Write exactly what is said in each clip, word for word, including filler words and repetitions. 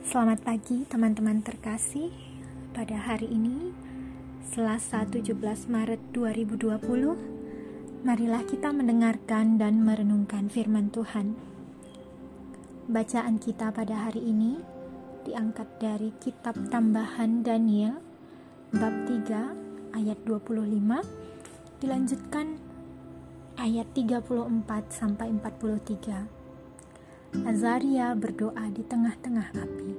Selamat pagi teman-teman terkasih. Pada hari ini, Selasa tujuh belas Maret dua ribu dua puluh, marilah kita mendengarkan dan merenungkan firman Tuhan. Bacaan kita pada hari ini diangkat dari kitab Tambahan Daniel bab tiga ayat dua puluh lima, dilanjutkan ayat tiga puluh empat sampai empat puluh tiga. Azaria berdoa di tengah-tengah api.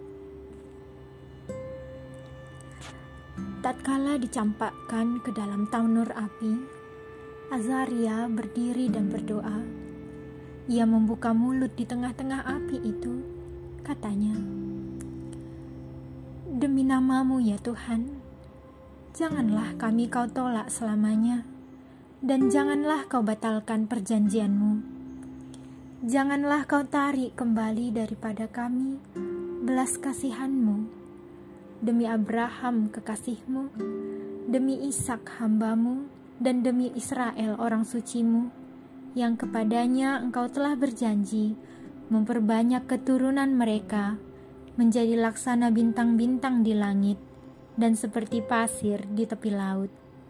Tatkala dicampakkan ke dalam tanur api, Azaria berdiri dan berdoa. Ia membuka mulut di tengah-tengah api itu, katanya, "Demi namamu ya Tuhan, janganlah kami kau tolak selamanya, dan janganlah kau batalkan perjanjianmu. Janganlah kau tarik kembali daripada kami belas kasihanmu, demi Abraham kekasihmu, demi Ishak hambamu, dan demi Israel orang sucimu, yang kepadanya engkau telah berjanji memperbanyak keturunan mereka menjadi laksana bintang-bintang di langit dan seperti pasir di tepi laut.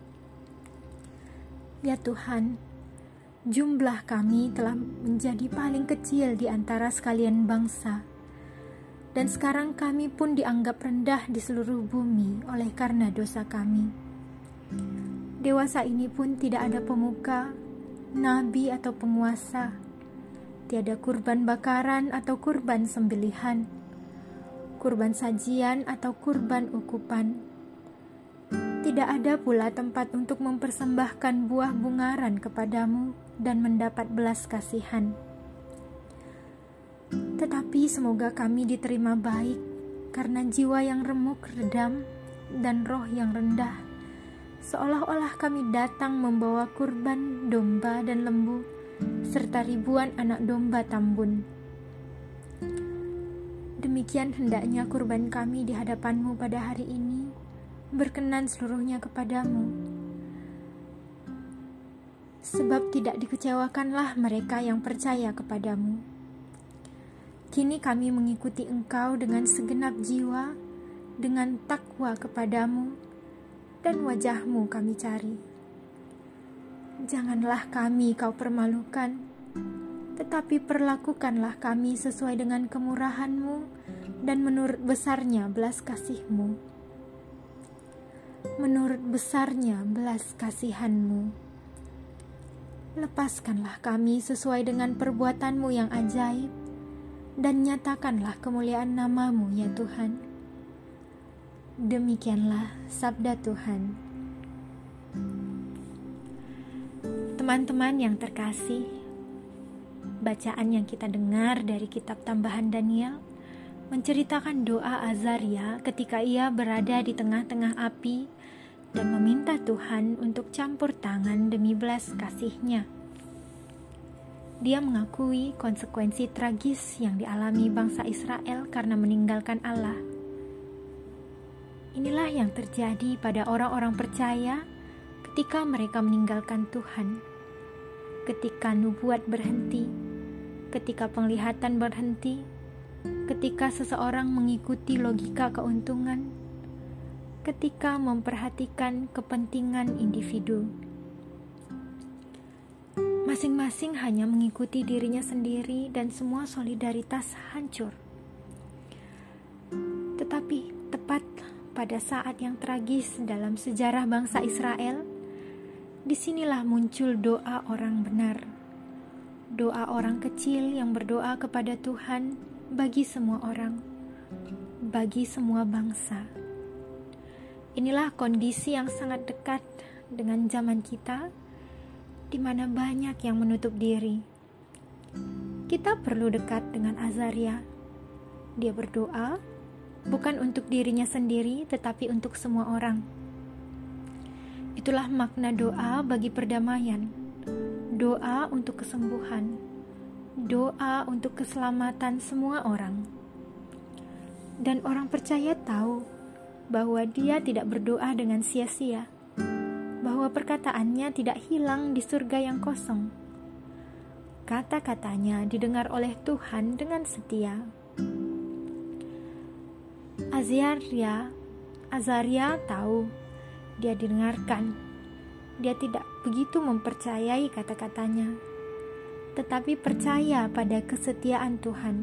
Ya Tuhan, jumlah kami telah menjadi paling kecil di antara sekalian bangsa, dan sekarang kami pun dianggap rendah di seluruh bumi oleh karena dosa kami. Dewasa ini pun tidak ada pemuka, nabi atau penguasa, tiada kurban bakaran atau kurban sembelihan, kurban sajian atau kurban ukupan. Tidak ada pula tempat untuk mempersembahkan buah bungaran kepadamu dan mendapat belas kasihan. Tetapi semoga kami diterima baik karena jiwa yang remuk redam dan roh yang rendah, seolah-olah kami datang membawa kurban domba dan lembu serta ribuan anak domba tambun. Demikian hendaknya kurban kami di hadapanmu pada hari ini, berkenan seluruhnya kepadamu. Sebab tidak dikecewakanlah mereka yang percaya kepadamu. Kini kami mengikuti engkau dengan segenap jiwa, dengan takwa kepadamu, dan wajahmu kami cari. Janganlah kami kau permalukan, tetapi perlakukanlah kami sesuai dengan kemurahanmu dan menurut besarnya belas kasihmu. Menurut besarnya belas kasihanmu. Lepaskanlah kami sesuai dengan perbuatanmu yang ajaib, dan nyatakanlah kemuliaan namamu ya Tuhan. Demikianlah sabda Tuhan. Teman-teman yang terkasih, bacaan yang kita dengar dari kitab Tambahan Daniel menceritakan doa Azaria ketika ia berada di tengah-tengah api dan meminta Tuhan untuk campur tangan demi belas kasih-Nya. Dia mengakui konsekuensi tragis yang dialami bangsa Israel karena meninggalkan Allah. Inilah yang terjadi pada orang-orang percaya ketika mereka meninggalkan Tuhan, ketika nubuat berhenti, ketika penglihatan berhenti, ketika seseorang mengikuti logika keuntungan, ketika memperhatikan kepentingan individu. Masing-masing hanya mengikuti dirinya sendiri dan semua solidaritas hancur. Tetapi tepat pada saat yang tragis dalam sejarah bangsa Israel, disinilah muncul doa orang benar. Doa orang kecil yang berdoa kepada Tuhan bagi semua orang, bagi semua bangsa. Inilah kondisi yang sangat dekat dengan zaman kita, di mana banyak yang menutup diri. Kita perlu dekat dengan Azaria. Dia berdoa bukan untuk dirinya sendiri, tetapi untuk semua orang. Itulah makna doa bagi perdamaian, doa untuk kesembuhan, doa untuk keselamatan semua orang. Dan orang percaya tahu bahwa dia tidak berdoa dengan sia-sia, bahwa perkataannya tidak hilang di surga yang kosong. Kata-katanya didengar oleh Tuhan dengan setia. Azaria, Azaria tahu dia didengarkan. Dia tidak begitu mempercayai kata-katanya, tetapi percaya pada kesetiaan Tuhan.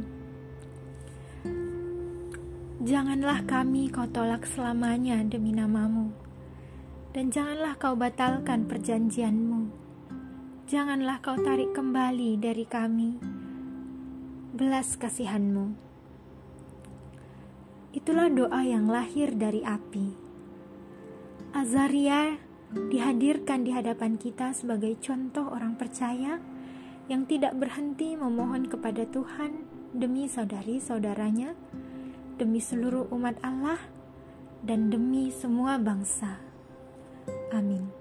Janganlah kami kau tolak selamanya demi namamu, dan janganlah kau batalkan perjanjianmu. Janganlah kau tarik kembali dari kami belas kasihanmu. Itulah doa yang lahir dari api. Azaria dihadirkan di hadapan kita sebagai contoh orang percaya yang tidak berhenti memohon kepada Tuhan demi saudari-saudaranya, demi seluruh umat Allah, dan demi semua bangsa. Amin.